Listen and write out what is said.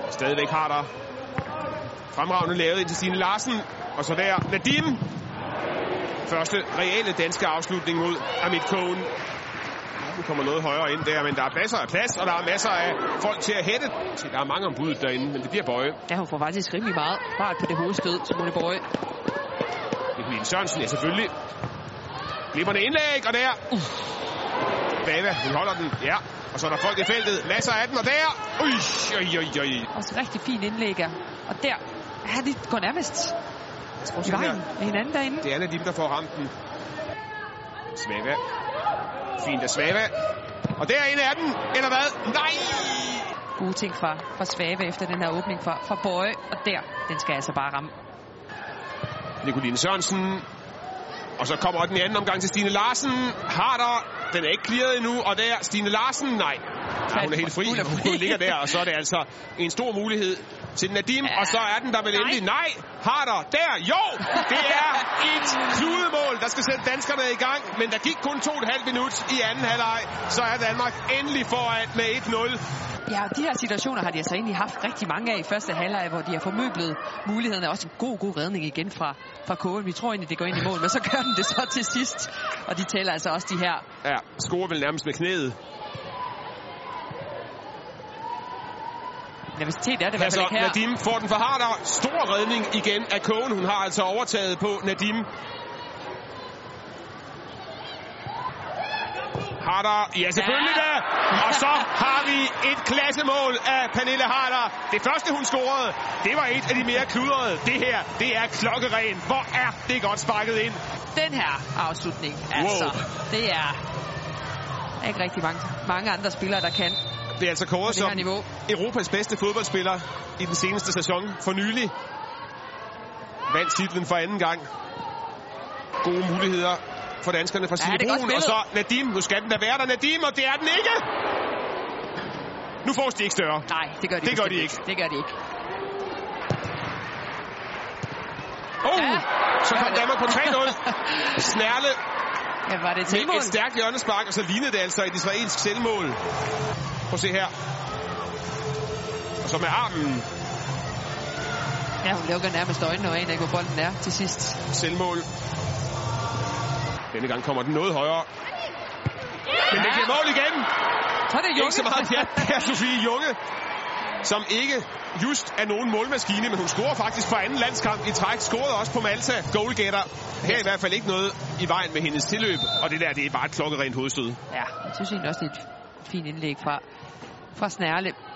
Stadigvæk har der fremragende lavet ind til Stine Larsen. Og så der Nadim. Første reelle danske afslutning mod Amit Kogen. Nu kommer noget højere ind der, men der er masser af plads, og der er masser af folk til at hætte. Se, der er mange ombud derinde, men det bliver Boye. Ja, hun får faktisk rimelig meget fart på det hovedstød, Simone Boye. Nicoline Sørensen, ja selvfølgelig. Glimmerne indlæg, og der. Bava, hun holder den, ja. Og så er der folk i feltet. Masser af den, og der. Også rigtig fin indlæg, og der. Ja, de går nærmest i vejen med hinanden derinde. Det er Nadim, der får ramt den. Svava. Fint af Svava. Og derinde er den. Eller hvad? Nej! Gode ting fra Svava efter den her åbning fra Boye. Og der, den skal altså bare ramme. Nicoline Sørensen. Og så kommer den i anden omgang til Stine Larsen. Harder. Den er ikke clearet endnu. Og der Stine Larsen. Nej. Ja, hun er helt fri. Hun ligger der. Og så er det altså en stor mulighed til Nadim. Ja. Og så er den der vel endelig. Nej. Harder. Der. Jo. Det er et kludemål, der skal sætte danskerne i gang. Men der gik kun 2,5 minut i anden halvleg. Så er Danmark endelig foran med 1-0. Ja, de her situationer har de altså egentlig haft rigtig mange af i første halvleg, hvor de har formøblet mulighederne. Også en god redning igen fra Kogen. Vi tror egentlig, det går ind i mål, men så gør den det så til sidst. Og de tæller altså også de her. Ja, scorer vel nærmest med knæet. Nervositet er det i hvert fald ikke her. Nadim får den for Harder. Stor redning igen af Kogen. Hun har altså overtaget på Nadim. Harder, ja selvfølgelig da. Og så har vi et klassemål af Pernille Harder. Det første hun scorede, det var et af de mere kludrede. Det her, det er klokkeren. Hvor er det godt sparket ind. Den her afslutning, altså, det er ikke rigtig mange andre spillere, der kan. Det er altså kåret som Europas bedste fodboldspiller i den seneste sæson for nylig. Vandt titlen for anden gang. Gode muligheder for danskerne fra Signe Brun, og så Nadim. Nu skal den da være der, Nadim, og det er den ikke! Nu får de ikke større. Nej, det gør de ikke. Det gør de ikke. Så kom Danmark på 3-0. Snerle. Ja, var det tilmål? Et stærkt hjørnespark, og så lignede det altså et israelsk selvmål. Prøv at se her. Og så med armen. Ja, hun lukker nærmest øjnene og aner ikke, hvor bolden er til sidst. Selvmål. Denne gang kommer den noget højere. Men det bliver mål igen. Så er det Junge. Ikke så meget, ja. Det er Sofie Junge, som ikke just er nogen målmaskine, men hun scorer faktisk for anden landskamp i træk. Scorede også på Malta. Goalgetter. Her er i hvert fald ikke noget i vejen med hendes tilløb. Og det der, det er bare et klokkerent hovedstød. Ja, jeg synes egentlig også, det er et fint indlæg fra Snerle.